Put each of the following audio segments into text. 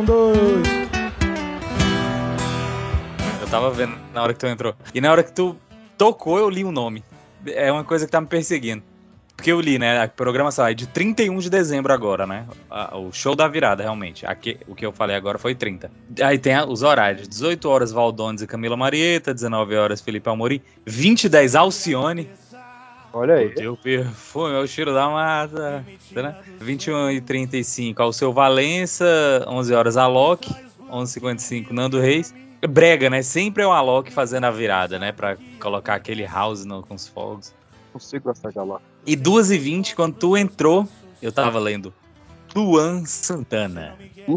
1, 2. Eu tava vendo na hora que tu entrou. E na hora que tu tocou, eu li o nome. É uma coisa que tá me perseguindo. Porque eu li, né? A programação é de 31 de dezembro agora, né? O show da virada, realmente. Aqui, o que eu falei agora foi 30. Aí tem os horários. 18 horas, Valdones e Camila Marieta. 19 horas, Felipe Amorim. 20 e 10, Alcione. Olha aí. O teu perfume é o cheiro da mata. Né? 21 e 35, Alceu Valença. 11 horas, Alok. 11h55, Nando Reis. Brega, né? Sempre é o Alok fazendo a virada, né? Pra colocar aquele house com os fogos. Consigo gostar de Alok. E 2h20, quando tu entrou, eu tava lendo Luan Santana.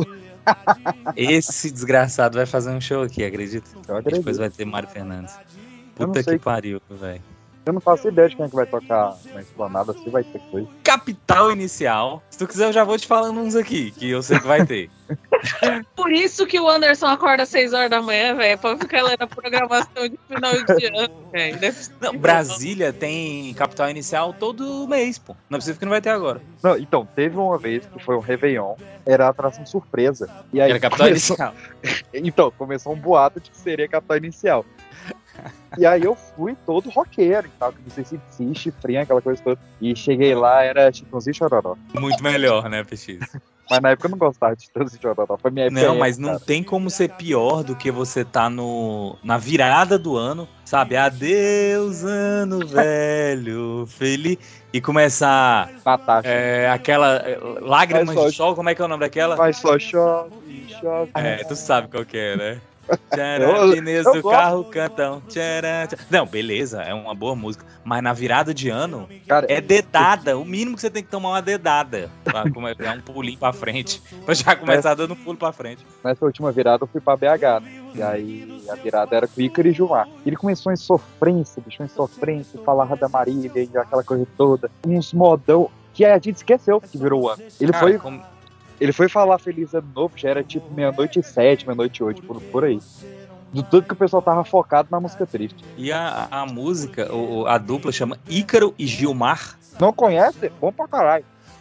Esse desgraçado vai fazer um show aqui, acredita? Eu acredito. Depois vai ter Mário Fernandes. Eu não Puta sei. que pariu, velho. Eu não faço ideia de quem é que vai tocar na Esplanada, se vai ter coisa. Capital Inicial. Se tu quiser, eu já vou te falando uns aqui, que eu sei que vai ter. Por isso que o Anderson acorda às 6 horas da manhã, velho, pra ficar lendo a programação de final de ano, velho. Não, Brasília tem Capital Inicial todo mês, pô. Não é possível que não vai ter agora. Não, então, teve uma vez que foi um Réveillon, era a atração surpresa. E aí Era Capital Inicial. Então, começou um boato de que seria Capital Inicial. E aí eu fui todo roqueiro e tal, que não sei se chifrinha, aquela coisa toda. E cheguei lá, era Chitãozinho e Chororó. Muito melhor, né, PX? Mas na época eu não gostava de Chitãozinho e Chororó. Foi minha época. Não, mas não tem como ser pior do que você tá na virada do ano, sabe? Adeus, ano velho, feliz. E começar Natasha. aquela Lágrimas Vai só- de Sol, como é que é o nome daquela? Mas só chove, chove. Tu sabe qual que é, né? Eu Pneus do gosto. carro cantam. Tcharam, tcharam. Não, beleza, é uma boa música. Mas na virada de ano, Cara, é dedada. O mínimo que você tem que tomar é uma dedada. Pra dar um pulinho pra frente. Pra já começar dando um pulo pra frente. nessa última virada eu fui pra BH, né? E aí a virada era com Ícaro e Gilmar. Ele começou em sofrência, falava da Marília e aquela coisa toda. Uns modão que a gente esqueceu que virou o ano. Ele foi falar Feliz Ano Novo, já era tipo 00:07, 00:08, por aí. Do tanto que o pessoal tava focado na música triste. E a música, a dupla chama Ícaro e Gilmar. Não conhece? Bom pra caralho.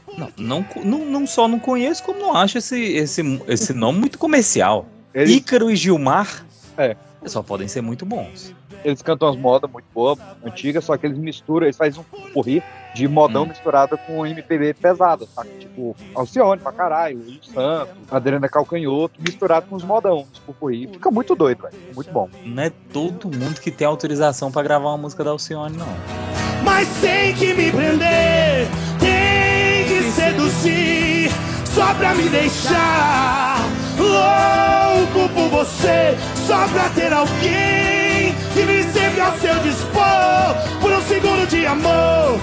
Não só não conheço, como não acho esse nome muito comercial. Eles, Ícaro e Gilmar É. só podem ser muito bons. eles cantam as modas muito boas, antigas, só que eles misturam, eles fazem um porri de modão misturado com MPB pesado, sabe? Tipo, Alcione pra caralho, Lulu Santos, Adriana Calcanhoto, misturado com os modão, tipo, porri. Fica muito doido, velho. Muito bom. Não é todo mundo que tem autorização pra gravar uma música da Alcione, não. Mas tem que me prender, tem que seduzir, só pra me deixar louco por você, só pra ter alguém que me sempre ao seu dispor, por um segundo de amor.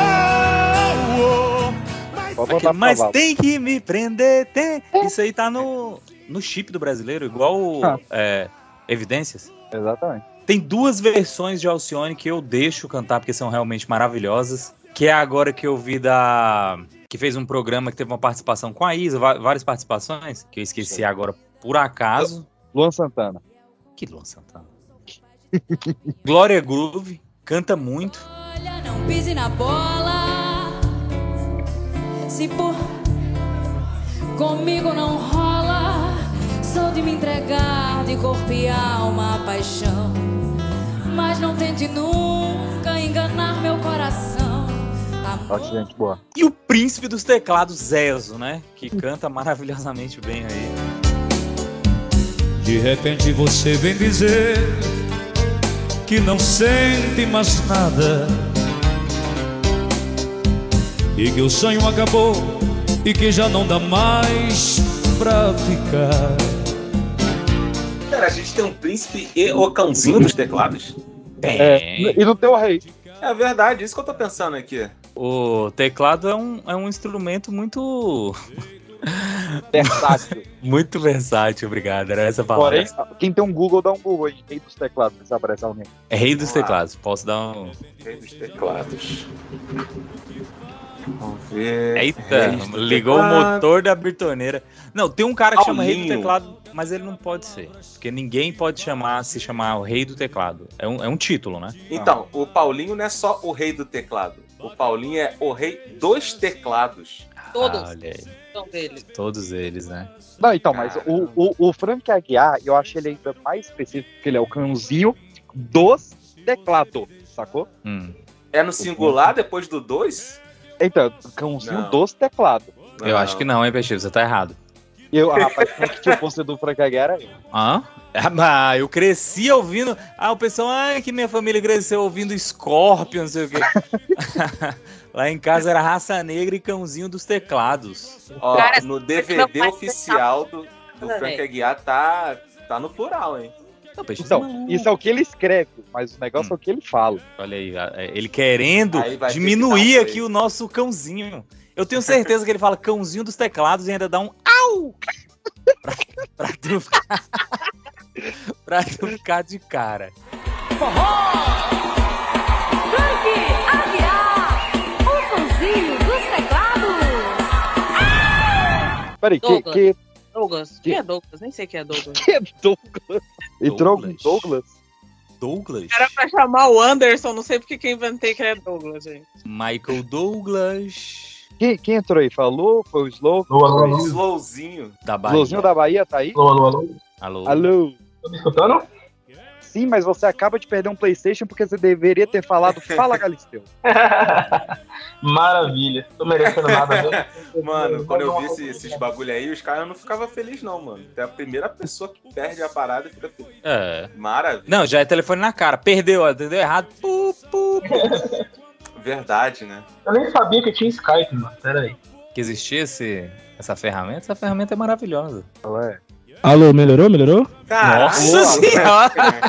Pode botar Mas pra tem que me prender, tem. Isso aí tá no chip do brasileiro, igual Evidências. Exatamente. Tem duas versões de Alcione que eu deixo cantar porque são realmente maravilhosas. Que é agora que eu vi que fez um programa que teve uma participação com a Isa, várias participações, que eu esqueci agora por acaso. Luan Santana. Que Luan Santana. Glória Groove, canta muito. Olha, não pise na bola. Se por comigo não rola, sou de me entregar de corpo e alma à paixão. Mas não tente nunca enganar meu coração. Ó, que gente boa. E o príncipe dos teclados, Zezo, né? Que canta maravilhosamente bem aí. De repente você vem dizer que não sente mais nada e que o sonho acabou e que já não dá mais pra ficar. Cara, a gente tem um príncipe e o cãozinho dos teclados. E não tem o rei. É verdade, isso que eu tô pensando aqui. O teclado é um instrumento muito Versátil. muito versátil, obrigado. Era essa palavra. Porém, quem tem um Google, dá um Google aí, rei dos teclados, se aparece alguém. É rei dos teclados. Posso dar um. Rei dos teclados. Vamos ver. Eita, Rei dos ligou o teclados. motor da britoneira. Não, tem um cara que chama rei do Paulinho. teclado, mas ele não pode ser. Porque ninguém pode se chamar o rei do teclado. É um título, né? Então, o Paulinho não é só o rei do teclado. O Paulinho é o rei dos teclados. Todos. Olha aí. são deles. Todos eles, né? Não, então, mas o Frank Aguiar, eu acho ele ainda mais específico, porque ele é o cãozinho dos teclados, sacou? É no singular depois do 2? Então, cãozinho Não. dos teclados. Eu acho que não, hein, Peixe? Você tá errado. Rapaz, que tinha o pôster do Frank Aguiar era eu. Ah, eu cresci ouvindo. O pessoal, que minha família cresceu ouvindo Scorpion, não sei o quê. Lá em casa era Raça Negra e Cãozinho dos Teclados. Ó, Cara, no meu DVD pai oficial do Frank velho. Aguiar tá no plural, hein? Não, Peixe, Então, não. isso é o que ele escreve, mas o negócio é o que ele fala. Olha aí, ele querendo Aí vai ter diminuir que dar um aqui o nosso cãozinho. Eu tenho certeza que ele fala Cãozinho dos Teclados e ainda dá um au! pra tu ficar de cara. Frank Aguiar, o cãozinho dos teclados. Peraí, Douglas. que Douglas. Quem é Douglas? Nem sei quem é Douglas. é Douglas? Entrou com Douglas? Douglas? Era pra chamar o Anderson, não sei porque que eu inventei que ele é Douglas, gente. Michael Douglas. Quem entrou aí? Falou? Foi o Slow? Alô. Slowzinho. Da Bahia. Slowzinho da Bahia, tá aí? Alô. Alô. Alô? Tá me escutando? Sim, mas você acaba de perder um PlayStation porque você deveria ter falado Fala Galisteu. Maravilha. Tô merecendo nada, né? Mano, quando eu vi esses bagulho aí, os caras não ficavam felizes, não, mano. É a primeira pessoa que perde a parada e fica feliz. Maravilha. Não, já é telefone na cara. Perdeu, entendeu errado. Verdade, né? Eu nem sabia que tinha Skype, mano. Pera aí. Que existia essa ferramenta. Essa ferramenta é maravilhosa. Ué. Alô, melhorou? Caraca. Nossa senhora!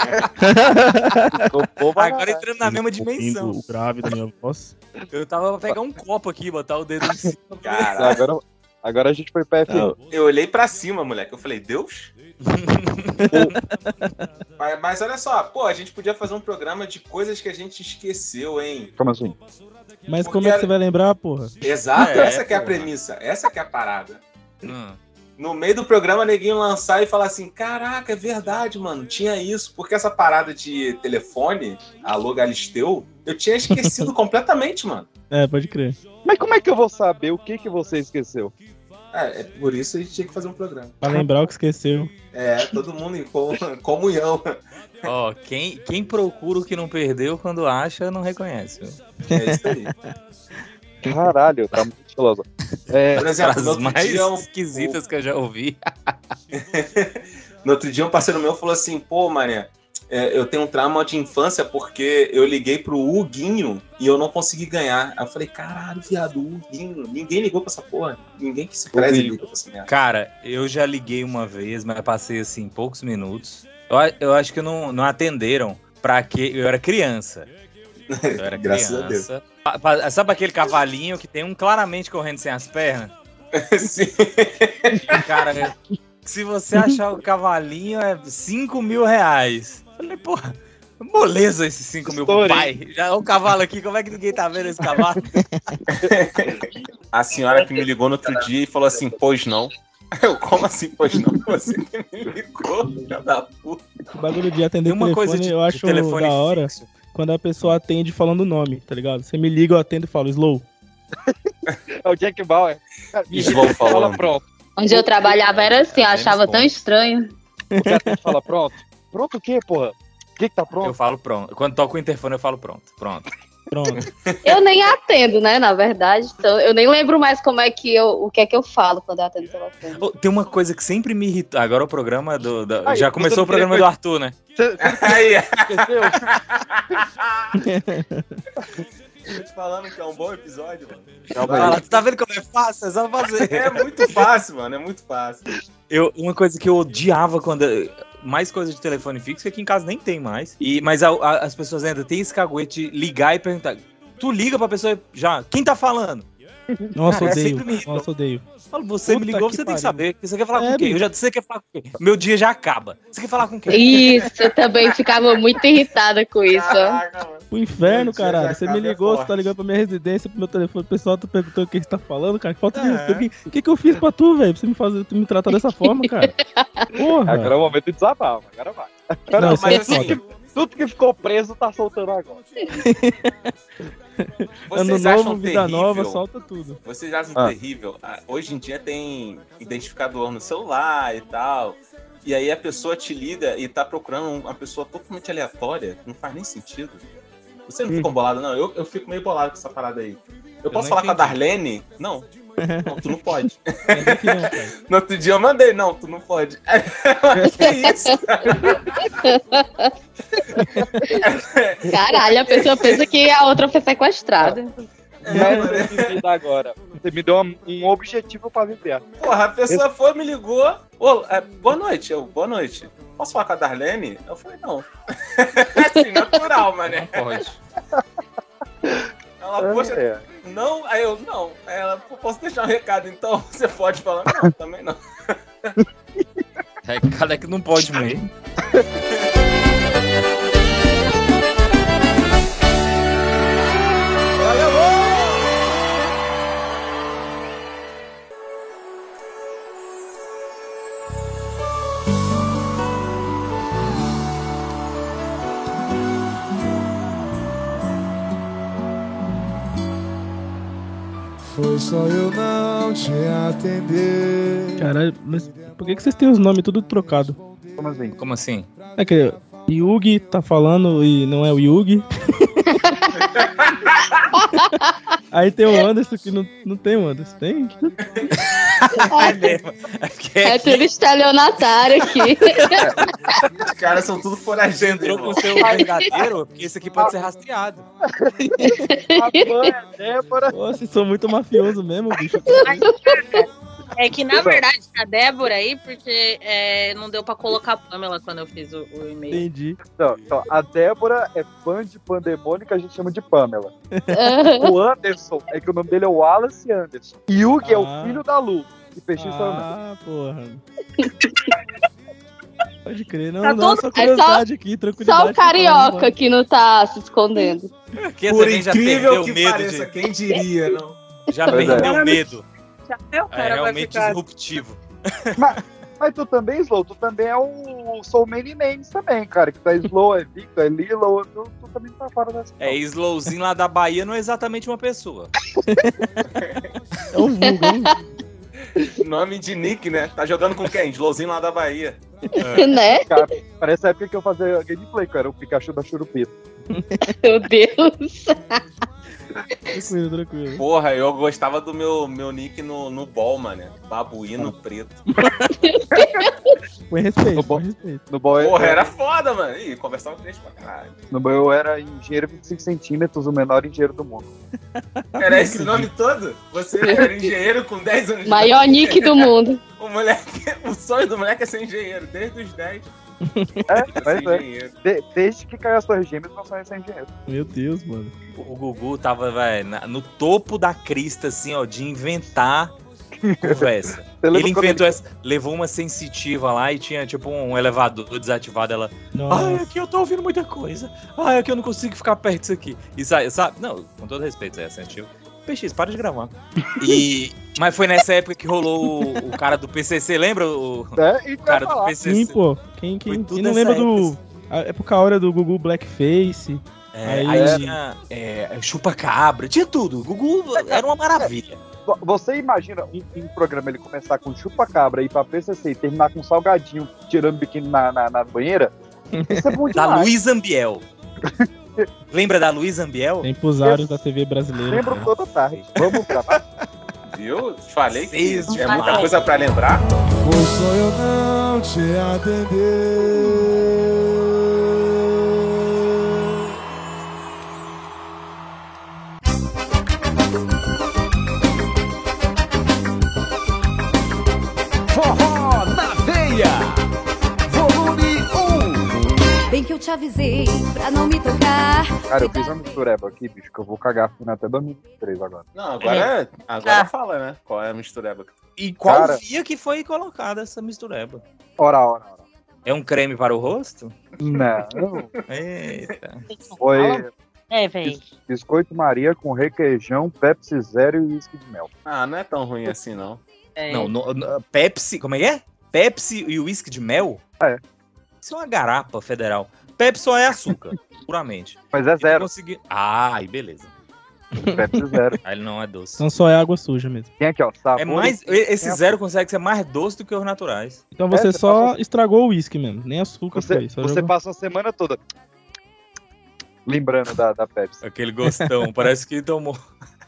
O povo Agora entrando na mesma dimensão. O grave da minha voz. Eu tava pra pegar um copo aqui, botar o dedo em cima. Caraca. Agora a gente foi pra FM. Eu olhei pra cima, moleque. Eu falei, Deus? Mas olha só, pô, a gente podia fazer um programa de coisas que a gente esqueceu, hein? Como assim? Mas Porque como é que você vai lembrar, porra? Exato, essa que é a premissa. Essa que é a parada. No meio do programa, neguinho lançar e falar assim, caraca, é verdade, mano, tinha isso. Porque essa parada de telefone, alô Galisteu, eu tinha esquecido completamente, mano. É, pode crer. Mas como é que eu vou saber o que você esqueceu? É por isso a gente tinha que fazer um programa. Pra lembrar o que esqueceu. Todo mundo em comunhão. Ó, quem procura o que não perdeu, quando acha, não reconhece. Viu? É isso aí. Caralho, tá muito estiloso. Por exemplo, no As outro mais dia, esquisitas que eu já ouvi. no outro dia um parceiro meu falou assim, pô, mané, eu tenho um trauma de infância porque eu liguei pro Huguinho e eu não consegui ganhar. Aí eu falei, caralho, viado, o Huguinho. Ninguém ligou pra essa porra. Ninguém que se preze liga pra essa merda. Cara, eu já liguei uma vez, mas passei assim poucos minutos. Eu acho que não atenderam pra que eu era criança. Eu era Graças a criança. Sabe aquele cavalinho que tem um claramente correndo sem as pernas? Sim. Cara, se você achar o cavalinho é R$5.000. Falei, porra, moleza esses 5 mil pro pai. Já o cavalo aqui, como é que ninguém tá vendo esse cavalo? A senhora que me ligou no outro dia e falou assim, pois não. Eu, como assim, pois não? Você que me ligou, filha da puta. O bagulho de atender Tem uma telefone, coisa de eu acho telefone da hora fixo. quando a pessoa atende falando o nome, tá ligado? Você me liga, eu atendo e falo, Slow. É o Jack Bauer. Slow falando. Pronto. Onde eu trabalhava era assim, eu achava tão estranho. O cara fala pronto. Pronto o quê, porra? O que tá pronto? Eu falo pronto. Quando toco o interfone, eu falo pronto. Pronto. Eu nem atendo, né, na verdade. Então, eu nem lembro mais o que é que eu falo quando eu atendo o telefone. Oh, tem uma coisa que sempre me irritou. Agora o programa Aí, já começou o programa do Arthur, né? Aí, Esqueceu? tô te falando que é um bom episódio, mano. Fala, tu tá vendo como é fácil? É só fazer. É muito fácil, mano, é muito fácil. Uma coisa que eu odiava quando... Mais coisa de telefone fixo, que aqui em casa nem tem mais. Mas as pessoas ainda têm esse caguete de ligar e perguntar. Tu liga pra pessoa já. Quem tá falando? Nossa, Cara, odeio. sempre me irritou. Nossa, odeio. Falo, você Puta me ligou, que você tem que pariu. saber. Você quer falar com quem? Você quer falar com quem? Meu dia já acaba. Você quer falar com quem? Isso, eu também ficava muito irritada com isso. Caraca, mano. O inferno, Meu dia caralho. já Você me acaba, é ligou, você forte. tá ligando pra minha residência, pro meu telefone, o pessoal tá perguntando o que você tá falando, cara. Que falta de respeito. O que eu fiz pra tu, velho? Pra você me tratar dessa forma, cara? Porra. Agora é o momento de desabafo. Agora vai. Não, mas isso é assim, foda. Tudo que ficou preso tá soltando agora. Ano Vocês novo, acham vida nova, terrível? solta tudo. Vocês acham terrível? Hoje em dia tem identificador no celular e tal. E aí a pessoa te liga e tá procurando uma pessoa totalmente aleatória, que não faz nem sentido. Vocês não ficam bolados, não? Eu fico meio bolado com essa parada aí. Eu posso falar com a Darlene? Não. Não, tu não pode. No outro dia eu mandei, não, tu não pode. Que isso? Caralho, a pessoa pensa que a outra foi sequestrada. Agora. Você me deu um objetivo pra viver. Porra, a pessoa foi, me ligou. Boa noite. Boa noite. Posso falar com a Darlene? Eu falei, não. Assim, natural, mané. Não pode. Ela, poxa, não. Aí eu, não. Aí ela, posso deixar um recado então? Você pode falar? Não, também não. Recado é que não pode mesmo. Foi só eu não te atender. Caralho, mas por que vocês têm os nomes tudo trocado? Como assim? Como assim? É que Yugi tá falando e não é o Yugi. Aí tem o Anderson que não tem o Anderson. Tem? É tudo estelionatário aqui. Os caras são tudo foragidos. Entrou com o seu verdadeiro, porque esse aqui pode ser rastreado. Pô, vocês são muito mafiosos mesmo, bicho. É que, na verdade, a Débora aí, porque não deu pra colocar a Pamela quando eu fiz o e-mail. Entendi. Então, a Débora é fã de Pandemônio, que a gente chama de Pamela. O Anderson, é que o nome dele é Wallace Anderson. Yugi é o filho da Lu. E PX também. Porra. Pode crer, não, Tá não, todo- só curiosidade aqui, tranquilidade. Só o carioca que não tá se escondendo. Porque Por também já incrível perdeu que medo pareça, de... quem diria, não? Já Pois perdeu é. medo. O É cara vai realmente ficar... disruptivo. Mas tu também, Slow, tu também é o Soul Many Names também, cara. Que tá Slow, é Victor, é Lilo, tu também tá fora dessa. É, Slowzinho lá da Bahia não é exatamente uma pessoa. É um vulgo, é um vulgo. Nome de Nick, né? Tá jogando com quem? Slowzinho lá da Bahia. Né? Cara, parece a época que eu fazia gameplay, cara. O Pikachu da Churupita. Meu Deus. Tranquilo, tranquilo. Porra, eu gostava do meu nick no ball, mano. Babuíno preto. Põe respeito, Bom. põe respeito. No bom, Porra, era foda, mano. Ih, conversava com eles pra caralho. no bom eu era engenheiro 25 centímetros, o menor engenheiro do mundo. Era esse o nome todo? Você era engenheiro com 10 anos de Maior nick do mundo. O sonho do moleque é ser engenheiro, desde os 10. Mas é. Engenheiro. Desde que caiu as torres gêmeas, não sonho ser engenheiro. Meu Deus, mano. O Gugu tava, velho, no topo da crista, assim, ó, de inventar conversa. Você lembra Ele quando inventou essa, levou uma sensitiva lá e tinha, tipo, um elevador desativado. Ela, ai, aqui eu tô ouvindo muita coisa. Ai, aqui eu não consigo ficar perto disso aqui. E sabe, não, com todo respeito, é sensitivo. PX, para de gravar. Mas foi nessa época que rolou o cara do PCC, lembra? O e cara do PCC. Sim, pô. Quem Foi tudo não nessa lembra época, do... assim. A época hora do Gugu Blackface. Aí tinha chupa-cabra, tinha tudo. O Gugu era uma maravilha. Você imagina um programa ele começar com chupa-cabra e ir pra PCC e terminar com salgadinho tirando biquíni na banheira? Isso é bom Da demais. Luiz Ambiel. Lembra da Luiz Ambiel? Empresários da TV brasileira. Lembro cara. toda tarde. Vamos gravar? Viu? Falei que Vocês é muita demais. coisa pra lembrar. Foi só eu não te atender. Forró na veia, volume 1. Bem que eu te avisei pra não me tocar. Cara, eu fiz uma mistureba aqui, bicho, que eu vou cagar fino até 2023 agora. Não, agora fala, né? Qual é a mistureba? E qual Cara. dia que foi colocada essa mistureba? Ora. É um creme para o rosto? Não. Eita. Foi velho. biscoito Maria com requeijão, Pepsi Zero e uísque de mel. Ah, não é tão ruim assim, não. Não, Pepsi, como é que é? Pepsi e uísque de mel? É. Isso é uma garapa federal. Pepsi só é açúcar, puramente. Mas é zero. Consegui... Ah, aí beleza. Pepsi Zero. Aí ele não é doce. Então só é água suja mesmo. Tem aqui, ó, sabor. É mais, esse zero consegue ser mais doce do que os naturais. Então você você só passou- estragou o uísque mesmo. Nem açúcar foi. Você Jogou... passa a semana toda lembrando da Pepsi. Aquele gostão, parece que tomou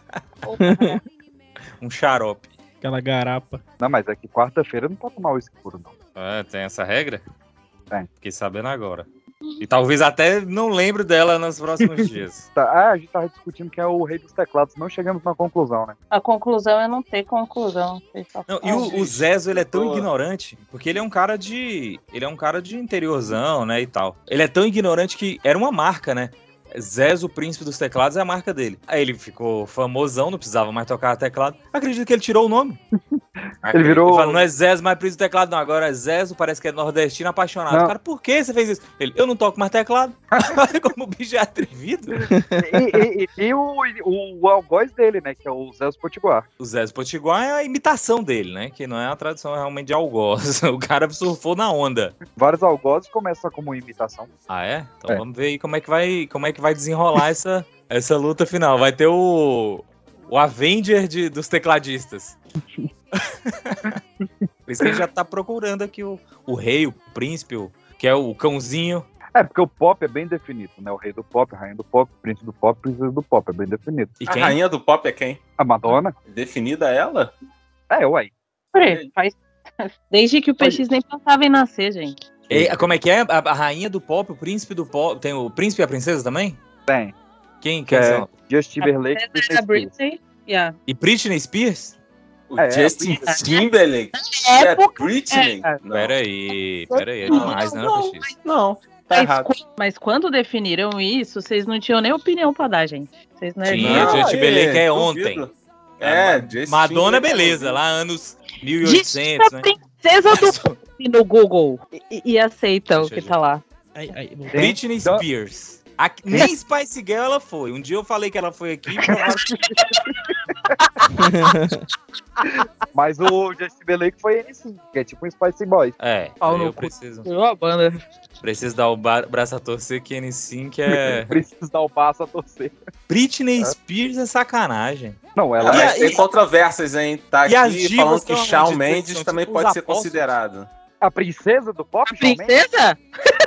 um xarope. Aquela garapa. Não, mas é que quarta-feira não pode tomar uísque puro, não. Ah, tem essa regra? Tem. Fiquei sabendo agora. E talvez até não lembre dela nos próximos dias. Tá, a gente tava discutindo quem é o rei dos teclados, não chegamos na conclusão, né? A conclusão é não ter conclusão. Não, e o Zezo, ele é tão Boa. ignorante, porque ele é um cara de interiorzão, né, e tal. Ele é tão ignorante que era uma marca, né? Zezo, o príncipe dos teclados, é a marca dele. Aí ele ficou famosão, não precisava mais tocar teclado. Acredito que ele tirou o nome. Ele virou... Ele fala, não é Zezo mais príncipe do teclado, não. Agora é Zezo, parece que é nordestino, apaixonado. Não. Cara, por que você fez isso? Ele, eu não toco mais teclado. Olha como o bicho é atrevido. E o algoz dele, né? Que é o Zé Potiguar. O Zezo Potiguar é a imitação dele, né? Que não é a tradução realmente de algoz. O cara surfou na onda. Vários algozes começam como imitação. Ah, é? Então É. vamos ver aí como é que vai desenrolar essa luta final. Vai ter o Avenger dos tecladistas. Por isso que a gente já tá procurando aqui o rei, o príncipe, que é o cãozinho. É, porque o pop é bem definido, né? O rei do pop, a rainha do pop, o príncipe do pop, princesa do pop, é bem definido. E A quem? rainha do pop é quem? A Madonna? Definida ela? É, uai. Desde que o PX nem pensava em nascer, gente. Como é que é? A rainha do pop, o príncipe do pop. Tem o príncipe e a princesa também? Tem. Quem Que é são? Justin Timberlake e Essa é a Britney Spears. Britney. Yeah. E Britney Spears? O É, Justin a Timberlake? É, É Britney? Não. Peraí, é demais, né, PX? Não, tá Mas, errado. mas quando definiram isso, vocês não tinham nem opinião pra dar, gente. Vocês não Tinha, ergueram. Justin Timberlake é duvido. ontem. Justin Madonna é Timberlake. beleza, lá anos 1800, né? Princesa do pop no Google. E aceita o Deixa que eu tá lá. Britney Então- Spears. Nem Spice Girl ela foi. Um dia eu falei que ela foi aqui. Mas o Justin Timberlake foi ele sim, que é tipo um Spice Boys. É, Pau eu no cu. preciso A banda. dar o braço a torcer que N5 é... Precisa dar o passo a torcer. Britney Spears é sacanagem. Não, ela E Mas a- tem controvérsias, hein? Tá E as aqui divas falando que são Shawn onde? Mendes São também tipo pode os ser apóstolos? considerado. a princesa do pop, Shawn Mendes? Princesa?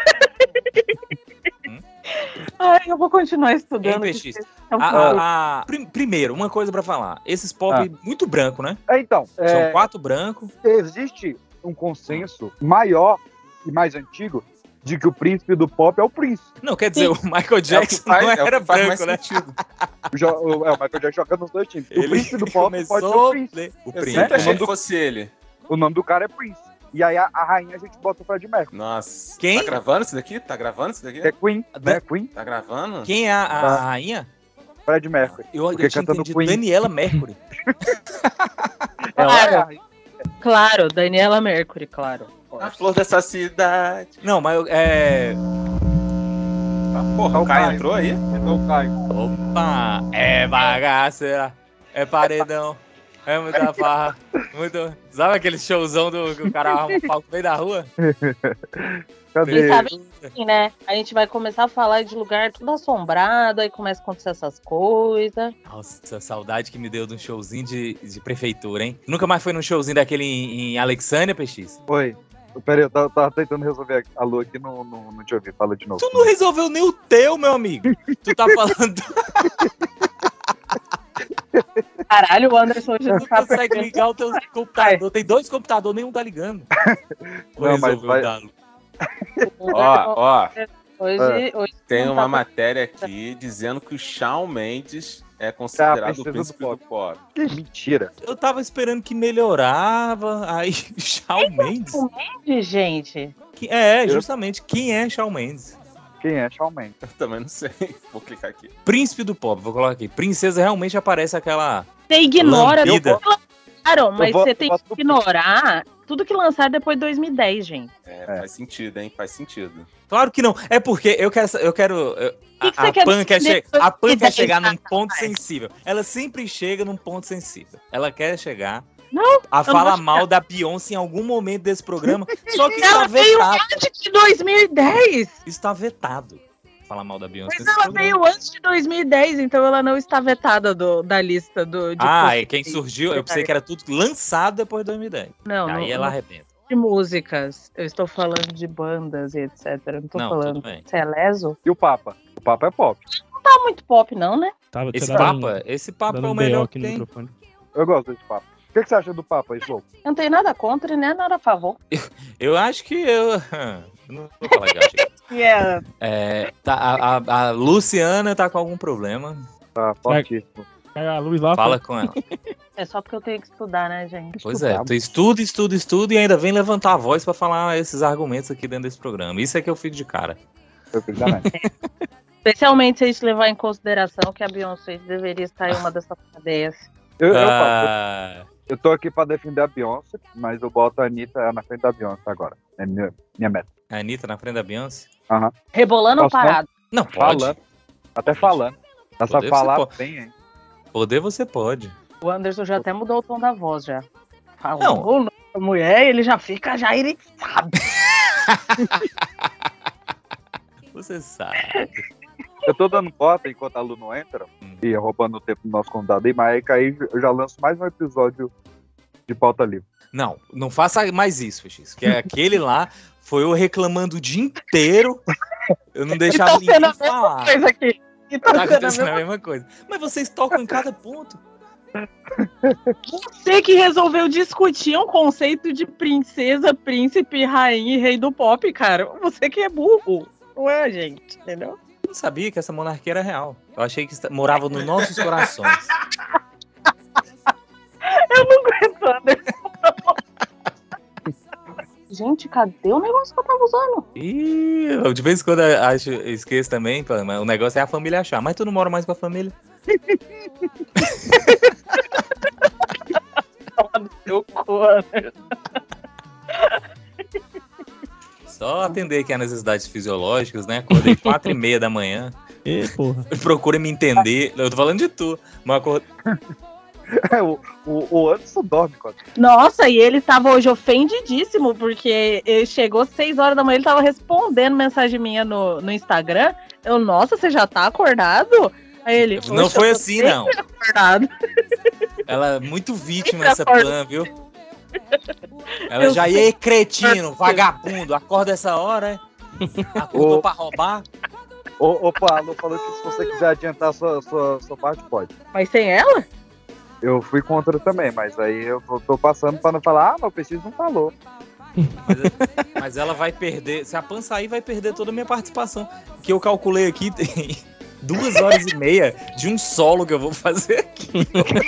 Ai, eu vou continuar Hein, estudando. PX? porque Primeiro, uma coisa pra falar. Esses pop muito branco, né? Então, São 4 brancos. existe um consenso maior e mais antigo de que o príncipe do pop é o príncipe. Não, quer dizer, o Michael Jackson faz- não é o que era faz mais branco, né? sentido. O Michael Jackson joga nos dois times. O príncipe do pop pode ser o começou príncipe. o Eu príncipe. sempre achei né? que fosse ele. O nome do cara é Prince. E aí a rainha a gente bota o Fred Mercury. Nossa. Quem? Tá gravando isso daqui? Tá gravando isso daqui? Que é Queen, né? Queen, Tá gravando? Quem é a rainha? Fred Mercury. Eu Porque tinha canta no entendido Queen. Daniela Mercury. Ela é a rainha. Claro, Daniela Mercury, claro. A flor dessa cidade. Não, mas Ah, porra, o Caio entrou aí? Então, Caio. Opa! É bagaceira, é paredão, é muita farra, muito... Sabe aquele showzão que o cara arruma o palco no meio da rua? Cadê? E sabe assim, né? A gente vai começar a falar de lugar tudo assombrado, aí começa a acontecer essas coisas. Nossa, saudade que me deu de um showzinho de prefeitura, hein? Nunca mais foi num showzinho daquele em Alexandria, PX? Oi. Peraí, eu tava tentando resolver a lua aqui, não te ouvi. Fala de novo. Tu não resolveu nem o teu, meu amigo. Tu tá falando... Caralho, o Anderson hoje Tu não não tá consegue ligar o teu computador. Tem 2 computadores, nenhum tá ligando. Não, mas vai- Ó, Hoje tem não uma tá- matéria aqui dizendo que o Shawn Mendes é considerado o princesa príncipe do do pop. Que mentira. Eu tava esperando que melhorava, aí Shawn Mendes. Gente, Justamente, quem é Shawn Mendes? Quem é Shawn Mendes? Eu também não sei. Vou clicar aqui. Príncipe do pop, vou colocar aqui. Princesa realmente aparece aquela... você ignora tudo Lambida. que lançaram, mas vou- você tem eu que boto- ignorar tudo que lançaram depois de 2010, gente. Faz sentido, hein? Faz sentido. Claro que não. É porque eu quero que a você quer Pan quer defender a Pan quer 2010, chegar num rapaz? ponto sensível. Ela sempre chega num ponto sensível. Ela quer chegar Não, a eu não falar vou mal da Beyoncé em algum momento desse programa. Só que Ela está veio vetado. antes de 2010. Está vetado. falar mal da Beyoncé. Mas ela veio antes de 2010, então ela não está vetada da lista de e quem surgiu, eu pensei que era tudo lançado depois de 2010. Não, aí ela arrebenta. De músicas, eu estou falando de bandas e etc. Eu não tô falando. Você é leso? E o Papa? O Papa é pop. Não tá muito pop, não, né? Esse Papa é o melhor que tem. Eu gosto desse Papa. O que você acha do Papa, Slow? Eu não tenho nada contra e nem nada a favor. Eu acho que eu não vou falar legal. A Luciana tá com algum problema. Tá fortíssimo. A luz lá. Fala com ela. É só porque eu tenho que estudar, né, gente? Pois é, tu estuda e ainda vem levantar a voz pra falar esses argumentos aqui dentro desse programa. Isso é que eu fico de cara. Eu fico também. Especialmente se a gente levar em consideração que a Beyoncé deveria estar em uma dessas cadeias. Eu tô aqui pra defender a Beyoncé, mas eu boto a Anitta na frente da Beyoncé agora. É minha meta. A Anitta na frente da Beyoncé? Aham. Rebolando ou parado? Não, pode. Falando. Até falando. Dá pra falar bem, hein? Poder você pode. O Anderson já até mudou o tom da voz, já. Falou a mulher, ele já fica irritado. Você sabe. Eu tô dando bota enquanto a Lu não entra e roubando o tempo do nosso convidado aí, mas aí eu já lanço mais um episódio de Pauta Livre. Não faça mais isso, X, que aquele lá foi eu reclamando o dia inteiro, eu não deixava ninguém falar. Tá acontecendo a mesma coisa. Mas vocês tocam em cada ponto. Você que resolveu discutir um conceito de princesa, príncipe, rainha e rei do pop, cara. Você que é burro. Não é, gente, entendeu? Eu não sabia que essa monarquia era real. Eu achei que morava nos nossos corações. Eu não aguento, Anderson. Gente, cadê o negócio que eu tava usando? Ih, de vez em quando eu esqueço também. O negócio é a família achar. Mas tu não mora mais com a família? Seu cu, Só atender aqui as necessidades fisiológicas, né? Acordei 4h30 da manhã. Porra. Procura me entender. Eu tô falando de tu. Mas o Anderson dorme, cara. Nossa, e ele tava hoje ofendidíssimo, porque ele chegou 6 horas da manhã, ele tava respondendo mensagem minha no Instagram. Nossa, você já tá acordado? Aí ele, não foi assim, não. Acordado. Ela é muito vítima dessa plan, viu? Ela já ia cretino, vagabundo. Acorda essa hora, acordou pra roubar. O Paulo falou que se você quiser adiantar sua parte, pode. Mas sem ela? Eu fui contra também, mas aí eu tô passando pra não falar, mas o Preciso não falou. Mas ela vai perder, se a Pan sair, vai perder toda a minha participação. Que eu calculei aqui, tem 2h30 de um solo que eu vou fazer aqui.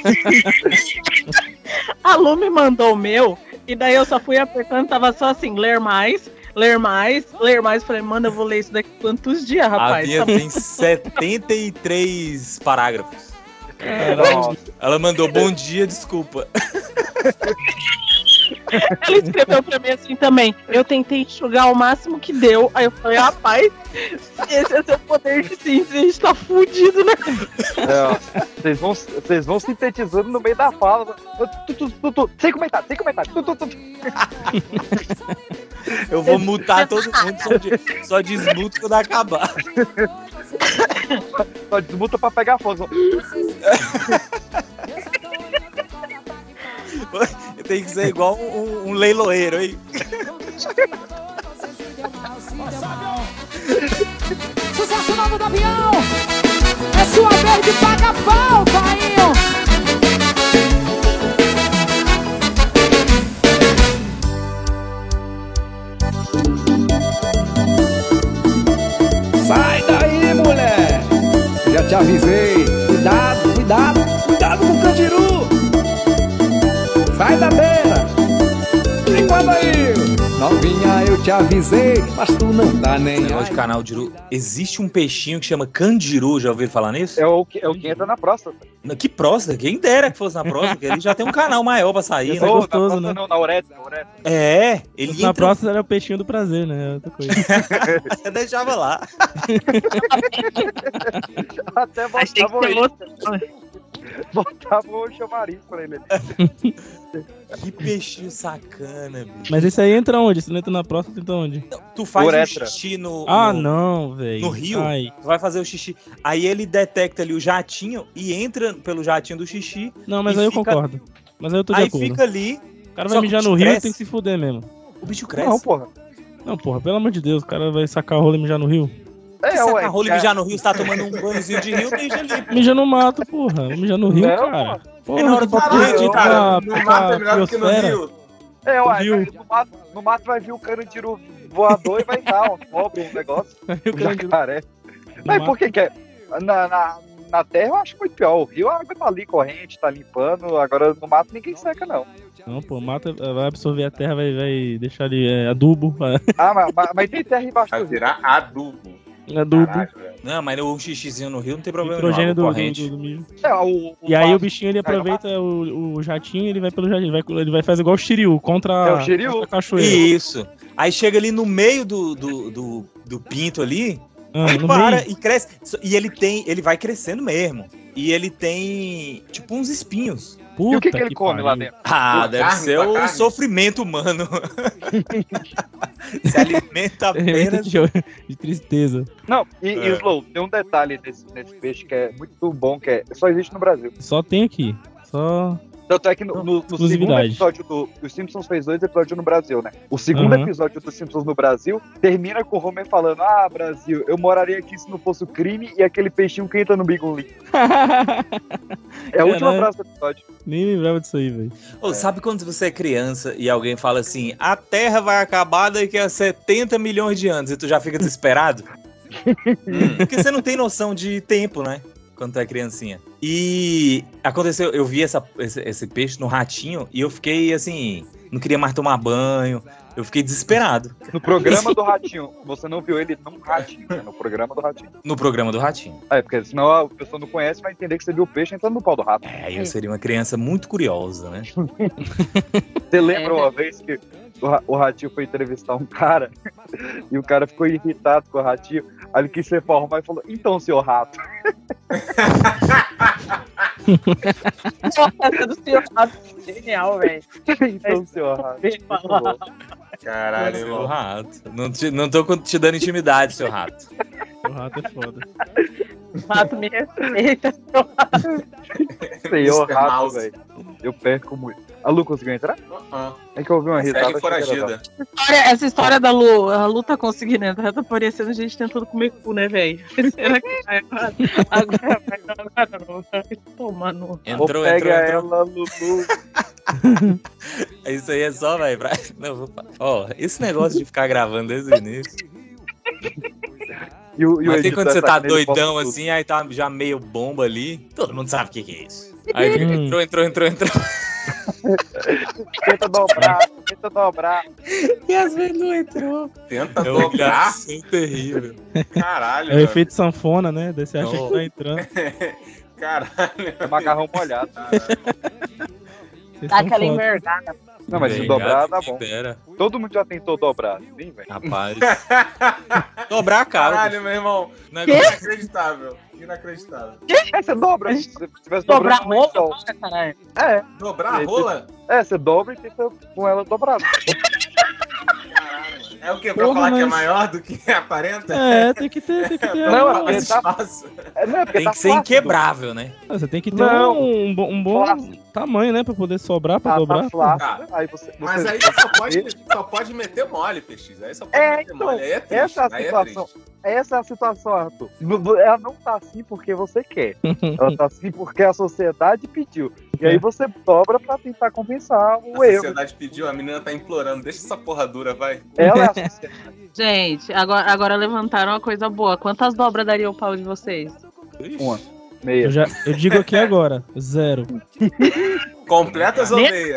A Lu me mandou o meu, e daí eu só fui apertando, tava só assim, ler mais. Falei, mano, eu vou ler isso daqui quantos dias, rapaz? A minha tem 73 parágrafos. Ela mandou, bom dia, desculpa. Ela escreveu pra mim assim também. Eu tentei enxugar o máximo que deu. Aí eu falei, rapaz, esse é seu poder de síntese, a gente tá fudido, né? Vocês vão sintetizando no meio da fala. Sem comentário. Eu vou mutar todo mundo, só desmuto quando acabar. Só desmuta pra pegar fogo. Tem que ser igual um leiloeiro, hein? Sucesso novo do avião! É sua vez de pagar pau, painho! Sai daí, mulher! Já te avisei! Cuidado com o candiru! Sai da beira! Enquanto aí! Novinha, eu te avisei, mas tu não tá nem aí. Negócio de canal Diru. Existe um peixinho que chama candiru, já ouviram falar nisso? É o que entra na próstata. Que próstata? Quem dera que fosse na próstata, porque ele já tem um canal maior pra sair, né? É gostoso, né? Não, na uretra. É, ele na próstata era o peixinho do prazer, né? Outra coisa. Você deixava lá. Até botava Botava o chamariz pra ele. Que peixinho sacana, bicho. Mas esse aí entra onde? Se não entra na próstata, entra onde? Tu faz Uretra. um xixi no Não, velho. no rio, Ai. tu vai fazer o xixi. Aí ele detecta ali o jatinho e entra pelo jatinho do xixi. Não, mas E aí eu fica- concordo. Mas aí eu tô de Aí acordo. fica ali, O cara só vai que mijar o no bicho rio, cresce. tem que se fuder mesmo. o bicho cresce. Não, porra. Não, porra, pelo amor de Deus, o cara vai sacar a rola e mijar no rio. Se sacar ué. rola e mijar no rio, você tá tomando um banhozinho de rio, mija ali. Mija no mato, porra. Mija no rio, Não, cara. Porra, É na hora do bota Caralho, tudo cara, pra- no pra mato é melhor do que no biosfera. rio. Ué, Viu? no mato vai vir o carandiru voador e vai dar um cobra, um negócio. O carandiru- Jacaré. no Mas mato. por que é? Na terra eu acho muito pior. O rio, a água tá ali corrente, tá limpando. Agora no mato ninguém seca, não. Não, pô, mata vai absorver a terra, vai deixar ali adubo. Mas tem terra embaixo Vai do rio. virar adubo. Adubo. Caralho, velho. Não, mas o xixizinho no rio não tem problema Nitrogênio não, do, água corrente. do mijo. E E aí o bichinho ele aproveita o jatinho, ele vai pelo jatinho, ele vai fazer igual o Shiryu contra o Shiryu. contra a cachoeira. Isso. Aí chega ali no meio do pinto ali, aí No para meio. e cresce. E ele vai crescendo mesmo. E ele tem, tipo, uns espinhos. Puta E o que ele come pariu. lá dentro? Ah, Pô, deve carne, ser tá o carne. sofrimento humano. Se alimenta apenas. de tristeza. Não, e Slow, tem um detalhe nesse peixe que é muito bom, que só existe no Brasil. Só tem aqui. Só. Tanto é que no segundo Exclusividade. episódio Os Simpsons fez 2 episódios no Brasil, né? O segundo Uhum. episódio dos Simpsons no Brasil termina com o Homer falando: Ah, Brasil, eu moraria aqui se não fosse o crime e aquele peixinho que entra no Bigoli. É a última Caralho. frase do episódio. Nem lembrava disso aí, velho. Ô, sabe quando você é criança e alguém fala assim, a Terra vai acabar daqui a 70 milhões de anos e tu já fica desesperado? Porque você não tem noção de tempo, né? Quando tu é criancinha. E aconteceu, eu vi esse peixe no ratinho e eu fiquei assim, não queria mais tomar banho, eu fiquei desesperado. No programa do Ratinho. Você não viu ele num ratinho, né? No programa do Ratinho. No programa do ratinho. Porque senão a pessoa não conhece, vai entender que você viu o peixe entrando no pau do rato. É, eu seria uma criança muito curiosa, né? Você lembra uma vez que o Ratinho foi entrevistar um cara e o cara ficou irritado com o Ratinho, aí ele quis se formar e falou, então, seu rato. Essa do seu rato, genial, velho. Então, seu rato. Muito bom. Caralho, Seu irmão. rato. Não tô te dando intimidade, seu rato. O rato é foda. O rato me respeita, seu rato. Senhor Mr. rato, Mouse. velho. Eu perco muito. A Lu conseguiu entrar? É que eu ouvi uma risada. Segue achei que era foragida. Essa história da Lu, a Lu tá conseguindo entrar, tá parecendo a gente tentando comer cu, né, velho? Será que vai agora? Agora não. Vai tomar no. Entrou. ela, Lulu. Isso aí é só, velho. Ó, esse negócio de ficar gravando desde o início. E o Mas tem editor quando você tá nele, posta doidão tudo. assim, aí tá já meio bomba ali. Todo mundo sabe o que é isso. Aí entrou. Tenta dobrar. E às vezes não entrou. Tenta É uma dobrar. graça terrível. Caralho, É o velho. efeito sanfona, né? Daí você acha Não. que tá entrando. Caralho. É macarrão molhado. Vocês Dá tão aquela foda. envergada. Não, mas se Bem, dobrar, dá quem bom. dera. Todo mundo já tentou dobrar. Sim, velho. Rapaz. Dobrar a cara. Caralho, meu irmão. Negócio- Inacreditável. Inacreditável. Você dobra. Se você tivesse Dobrar dobrando um roupa, lençol. caralho. É, Dobrar a rola? você dobra e tenta com ela dobrada. Caralho. É o quê? Pra Porra, falar que é mas- maior do que aparenta? É, tem que ter. Não, Pra porque mais tá- espaço. Não, é porque Tem tá que ser flácido. inquebrável, né? Você tem que ter Não. um bom Flácido. tamanho, né? Pra poder sobrar, pra Tá dobrar. flácido. Aí você, Mas você- aí só pode meter mole, PX. Aí só pode meter então, mole. Aí é triste. essa é a aí situação. triste. Essa é a situação, Arthur. Ela não tá assim porque você quer. Ela tá assim porque a sociedade pediu. E aí você dobra pra tentar compensar o A erro. sociedade pediu, a menina tá implorando. Deixa essa porra dura, vai. Ela é a sociedade. Gente, agora levantaram uma coisa boa. Quantas dobras daria o pau de vocês? Uma. Meia. Eu digo aqui agora, 0. Completas ou meia?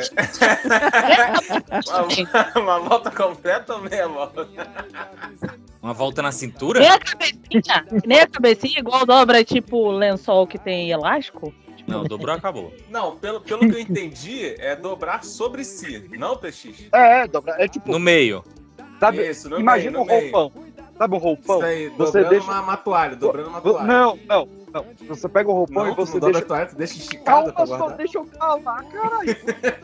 Uma volta completa ou meia volta? Uma volta na cintura? Nem a cabecinha igual dobra, tipo, lençol que tem elástico? Não, dobrou, acabou. Não, pelo que eu entendi, é dobrar sobre si, não, PX? Dobra. É tipo, No meio. sabe? Isso, no Imagina meio, um no meio. roupão. Sabe um roupão? Isso aí, Você dobrando deixa- uma toalha, dobrando uma toalha. Não. Não, você pega o roupão Não, e você dobra deixa... a toalha, tu deixa esticada pra Calma, só guardar. deixa eu falar, caralho.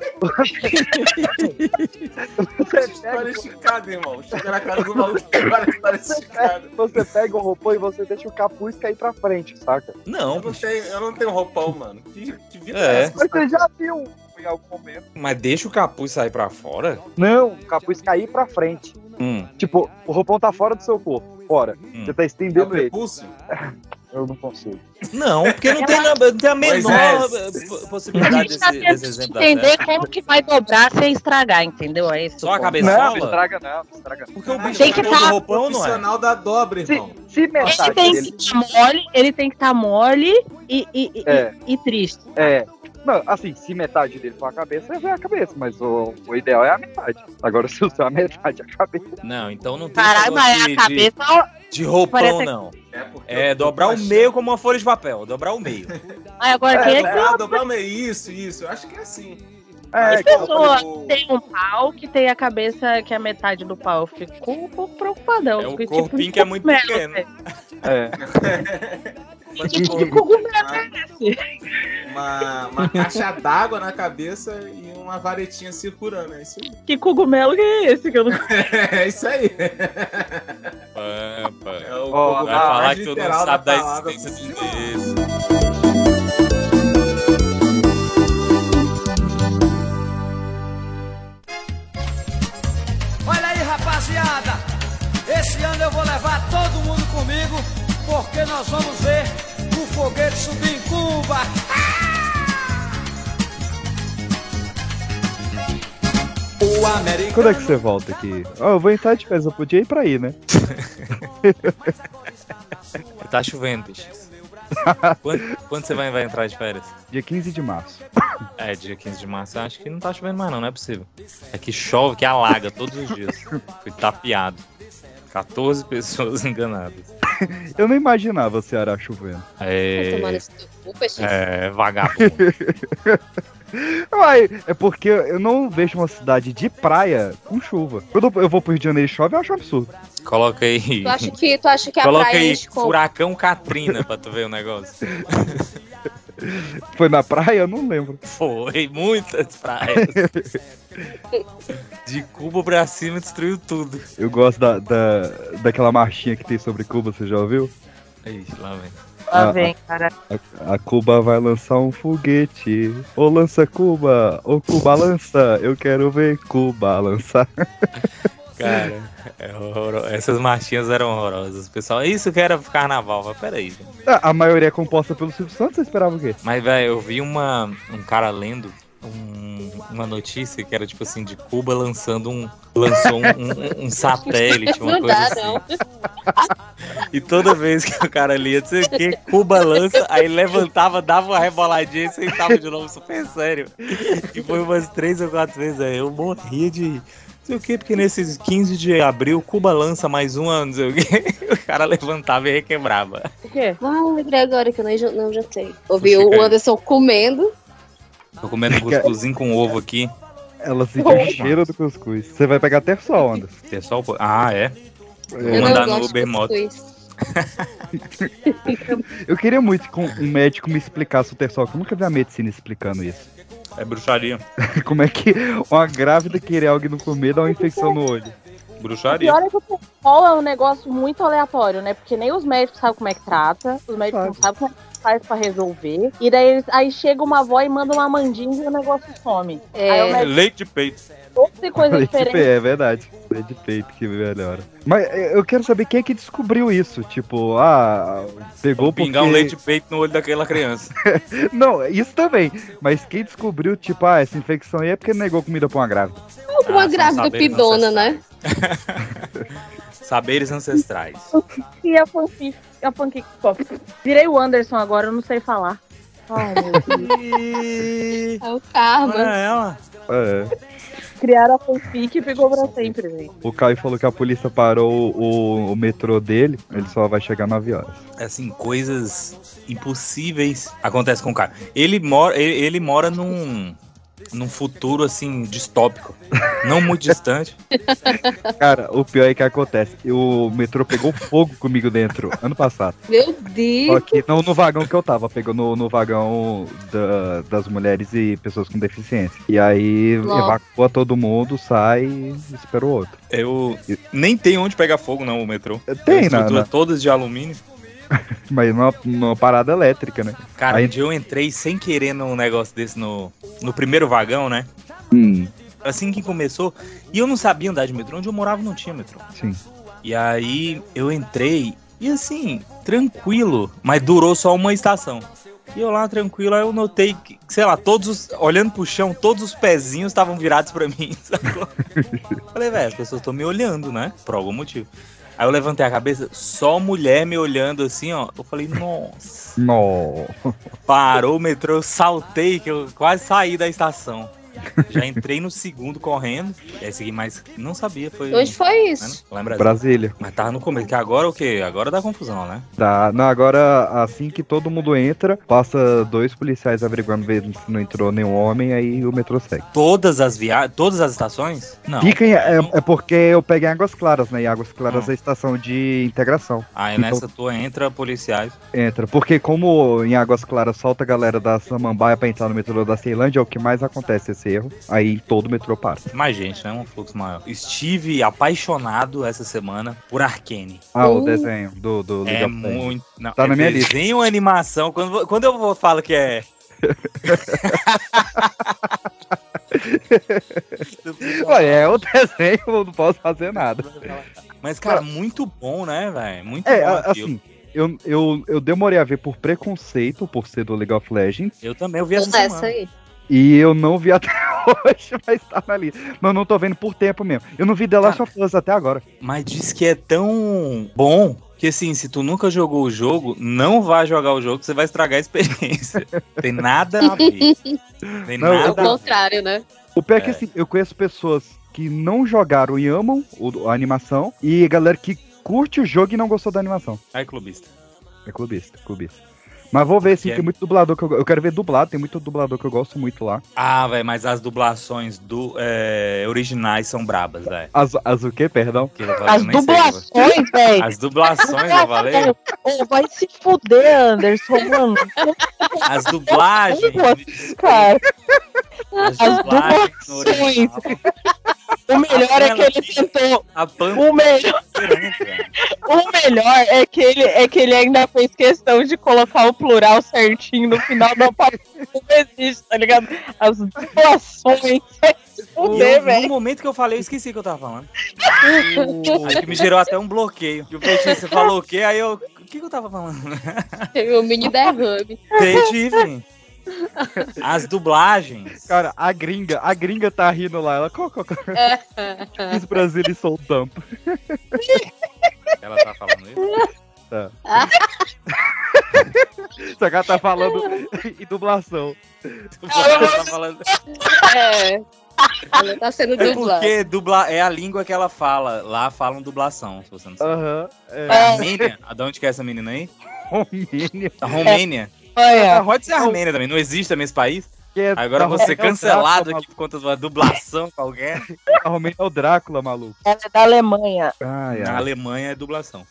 História esticada, irmão. Chega na casa do maluco e agora a história esticada. Você pega o roupão e você deixa o capuz cair pra frente, saca? Não, Eu não tenho roupão, mano. Que vida É. essa? Mas você já viu em algum momento. mas deixa o capuz sair pra fora? Não, o capuz cair pra frente. Tipo, o roupão tá fora do seu corpo, fora. Você tá É o estendendo ele. prepúcio? Eu não consigo. Não, porque não tem a menor possibilidade desse exemplo da entender Terra. como que vai dobrar sem estragar, entendeu? É isso. Só a Não, cabeçola? não estraga não, não estraga não. Porque o bicho Tem que do tá- roupão, não é? Profissional da dobra, irmão. Se metade Ele tem dele... que estar mole, ele tem que estar mole É. e triste. É. Não, assim, se metade dele for a cabeça, você vê a cabeça, mas o ideal é a metade. Agora, se usar a metade, a cabeça. Não, então não tem Caralho, negócio mas a cabeça. de roupão, parece- não. Porque É eu tô dobrar o achando- meio como uma folha de papel. Dobrar o meio. Aí agora quem é que dobrar o meio. Isso. Eu acho que é assim. É, as pessoas têm um pau que tem a cabeça que é a metade do pau? Eu fico um pouco preocupadão. É o Fico, corpinho que é muito cogumelo, pequeno. velho. é. Que tipo de cogumelo é esse? Uma caixa d'água na cabeça e uma varetinha circulando. É isso aí. Que cogumelo que é esse que eu não É isso aí. Pampa. É o Ó, cogumelo Vai falar mais que tu não literal sabe da palavra existência possível. desse. Olha aí, rapaziada. Esse ano eu vou levar todo mundo comigo, porque nós vamos ver o foguete subir em Cuba. O americano... Quando é que você volta aqui? Eu vou entrar de férias, eu podia ir pra aí, né? Tá chovendo, bicho. Quando você vai entrar de férias? Dia 15 de março. É, dia 15 de março. Eu acho que não tá chovendo mais não é possível. É que chove, que alaga todos os dias. Fui tapeado. 14 pessoas enganadas. Eu não imaginava o Ceará chovendo. Vagabundo. Uai, é porque eu não vejo uma cidade de praia com chuva. Quando eu vou pro Rio de Janeiro e chove, eu acho um absurdo. Coloca aí. Tu acha que a Coloca praia aí enche com... Furacão Katrina pra tu ver o negócio. Foi na praia? Eu não lembro. Foi, muitas praias. De Cuba pra cima destruiu tudo. Eu gosto daquela marchinha que tem sobre Cuba, você já ouviu? Ixi, lá vem. Lá vem, cara. A Cuba vai lançar um foguete. Ô lança Cuba, ô Cuba lança. Eu quero ver Cuba lançar. Cara, essas marchinhas eram horrorosas. Pessoal, isso que era carnaval. Mas peraí, gente. A maioria é composta pelo Silvio Santos, você esperava o quê? Mas, velho, eu vi um cara lendo uma notícia que era tipo assim, de Cuba lançou um satélite, uma Não coisa dá, assim. não. E toda vez que o cara lia, não sei o que, Cuba lança, aí levantava, dava uma reboladinha e sentava de novo, super sério. E foi umas 3 ou 4 vezes, aí eu morria de... Não sei o que, porque nesses 15 de abril, Cuba lança mais uma, não sei o que. O cara levantava e requebrava. O quê? Lembrei agora que eu não jantei. Ouvi o Anderson comendo. Tô comendo cuscuzinho com ovo aqui. Ela sentiu o cheiro do cuscuz. Você vai pegar terçol, Anderson. Terçol? Ah, é? Eu Vou não mandar no gosto de Uber Moto. cuscuz. Eu queria muito que um médico me explicasse o terçol, que eu nunca vi a medicina explicando isso. É bruxaria. Como é que uma grávida querer algo não comer dá uma infecção no olho? O Bruxaria. pior é que o terçol é um negócio muito aleatório, né? Porque nem os médicos sabem como é que trata, os médicos não sabem como é que faz pra resolver. E daí aí chega uma avó e manda uma mandinga e o negócio some. Aí o médico Leite de peito. outra coisa Leite de diferente. peito, é verdade. Leite de peito que melhora. Mas eu quero saber quem é que descobriu isso. Tipo, pegou Pingar um leite de peito no olho daquela criança. Não, isso também. Mas quem descobriu, tipo, essa infecção aí é porque negou comida pra uma grávida. Uma grávida pidona, né? Saberes ancestrais. E a fanfic pop. Virei o Anderson agora, eu não sei falar. Ai, meu Deus. É o karma. Olha ela. É. Criaram a fanfic e ficou pra sempre, gente. O Caio falou que a polícia parou o metrô dele, ele só vai chegar 9 horas. Assim, coisas impossíveis acontecem com o cara. Ele mora num num futuro, assim, distópico. Não muito distante. Cara, o pior é que acontece. O metrô pegou fogo comigo dentro ano passado. Meu Deus! Só que não no vagão que eu tava, pegou no vagão das mulheres e pessoas com deficiência. E aí evacua todo mundo, sai e espera o outro. Eu nem tem onde pegar fogo, não, o metrô. Tem, estrutura todas de alumínio. Mas numa parada elétrica, né? Cara, aí... eu entrei sem querer num negócio desse no primeiro vagão, né? Assim que começou, e eu não sabia andar de metrô, onde eu morava não tinha metrô. Sim. E aí eu entrei, e assim, tranquilo, mas durou só uma estação. E eu lá, tranquilo, aí eu notei que, sei lá, olhando pro chão, todos os pezinhos estavam virados pra mim, sacou? Falei, velho, as pessoas estão me olhando, né? Por algum motivo. Aí eu levantei a cabeça, só mulher me olhando assim, ó. Eu falei, nossa. Parou o metrô, eu saltei, que eu quase saí da estação. Já entrei no segundo correndo. E aí segui, mas não sabia. Hoje foi isso. Lá em Brasília. Mas tava no começo, que agora o quê? Agora dá confusão, né? Tá, não, agora assim que todo mundo entra, passa 2 policiais averiguando ver se não entrou nenhum homem, aí o metrô segue. Todas as estações? Não. É porque eu peguei Águas Claras, né? E Águas Claras é a estação de integração. Aí então, nessa tua entra policiais. Entra, porque como em Águas Claras solta a galera da Samambaia pra entrar no metrô da Ceilândia, é o que mais acontece esse erro. Aí todo o metrô para. Mais gente, né? Um fluxo maior. Estive apaixonado essa semana por Arcane. O desenho do League of Legends. Muito... Não, tá na minha lista. Desenho, animação. Quando eu falo que é... Ué, é o desenho, eu não posso fazer nada. Mas, cara, muito bom, né, velho? Muito bom. Assim, eu demorei a ver por preconceito, por ser do League of Legends. Eu também, eu vi essa semana. Aí. E eu não vi até hoje, mas tá na lista. Mas eu não tô vendo por tempo mesmo. Eu não vi The Last of Us até agora. Mas diz que é tão bom que, assim, se tu nunca jogou o jogo, não vai jogar o jogo, que você vai estragar a experiência. Tem nada a ver. Tem nada ao contrário, né? O pior é que, assim, eu conheço pessoas que não jogaram e amam a animação, e galera que curte o jogo e não gostou da animação. É clubista. É clubista. Mas vou ver, sim, tem muito dublador que eu quero ver dublado, tem muito dublador que eu gosto muito lá. Ah, velho, mas as dublações originais são brabas, velho. As o quê, perdão? As dublações, velho. As dublações, eu falei? Vai se fuder, Anderson, mano. As dublagens. Cara. As dublações. O melhor é que ele tentou. O melhor é que ele ainda fez questão de colocar o plural certinho no final da palavra. Não existe, tá ligado? As dublações. No momento que eu falei, eu esqueci o que eu tava falando. Acho que me gerou até um bloqueio. E o Peitinho, você falou o quê? Aí eu. O que eu tava falando? Teve um mini derrame. Tive. As dublagens. Cara, a gringa tá rindo lá. Ela. Os brasileiros são tampo. Ela tá falando isso? Tá. Só que ela tá falando em dublação. Ela tá falando. Ela tá sendo dublada. Porque é a língua que ela fala. Lá falam dublação, se você não sabe. Armênia? De onde que é essa menina aí? Romênia. Pode ser Armênia também, não existe também esse país. Agora você cancelado aqui por conta de uma dublação qualquer. A Romênia é o Drácula, maluco. Ela é da Alemanha. Na Alemanha é dublação.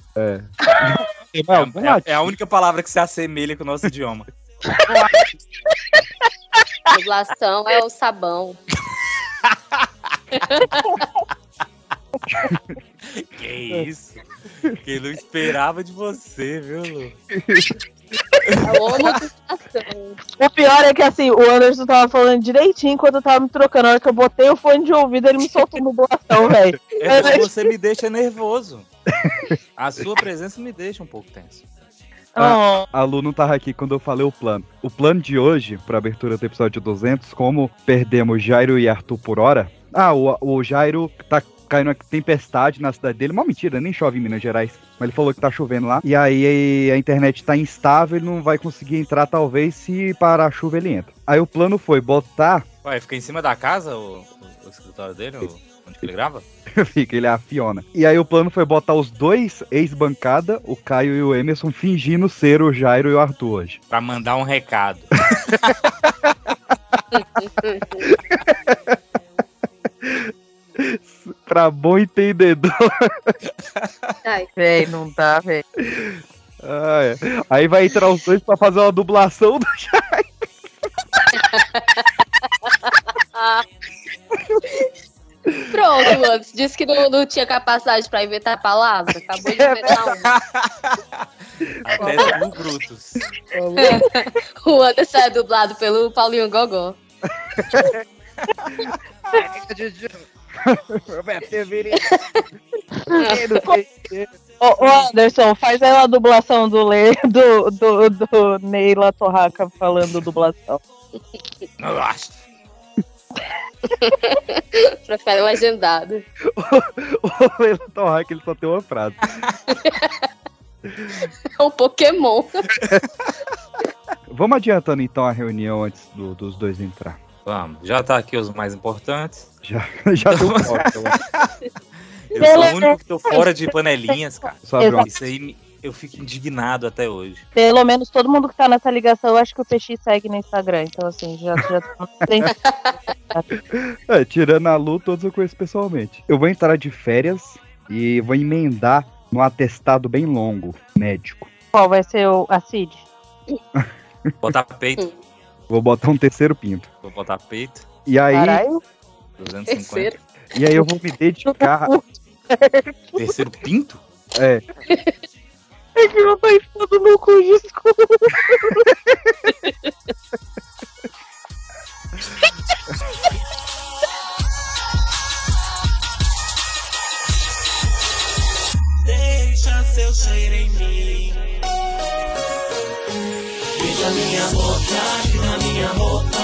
É a única palavra que se assemelha com o nosso idioma. Dublação é o sabão. Que isso? Que eu não esperava de você, viu, Lu? Eu amo dublação. O pior é que, assim, o Anderson tava falando direitinho quando eu tava me trocando. Na hora que eu botei o fone de ouvido, ele me soltou dublação, velho. Você me deixa nervoso. A sua presença me deixa um pouco tenso. A Lu não tava aqui quando eu falei o plano. O plano de hoje, pra abertura do episódio 200, como perdemos Jairo e Arthur por hora. O Jairo tá caindo uma tempestade na cidade dele. Uma mentira, nem chove em Minas Gerais. Mas ele falou que tá chovendo lá. E aí a internet tá instável, ele não vai conseguir entrar, talvez, se parar a chuva ele entra. Aí o plano foi botar... Ué, fica em cima da casa o escritório dele? Onde que ele grava? Fica, ele é a Fiona. E aí o plano foi botar os dois ex-bancada, o Caio e o Emerson, fingindo ser o Jairo e o Arthur hoje. Pra mandar um recado. Pra bom entendedor. Véi, não dá, véi. Aí vai entrar os dois pra fazer uma dublação do Jairo. Pronto, mano. Disse que não tinha capacidade pra inventar palavras. Acabou de inventar Até no Brutus. O Anderson é dublado pelo Paulinho Gogó. Ô, Anderson, faz aí uma dublação do Neila Torraca falando dublação. Prefere o agendado. O Neila Torraca, ele só tem uma frase. É um Pokémon. Vamos adiantando então a reunião antes dos dois entrar. Vamos, já tá aqui os mais importantes. Já deu foto. Eu sou o único que tô fora de panelinhas, cara. Exato. Isso aí eu fico indignado até hoje. Pelo menos todo mundo que tá nessa ligação, eu acho que o PX segue no Instagram. Então, assim, já tem. Tirando a Lu, todos eu conheço pessoalmente. Eu vou entrar de férias e vou emendar num atestado bem longo, médico. Qual vai ser a Cid? Botar peito. Vou botar um terceiro pinto. Vou botar peito. E aí... Caralho. 250. E aí eu vou me dedicar... Terceiro pinto? É. É que meu pai ficou do meu cu, desculpa. Deixa seu cheiro em mim. Beija minha boca, na minha roupa.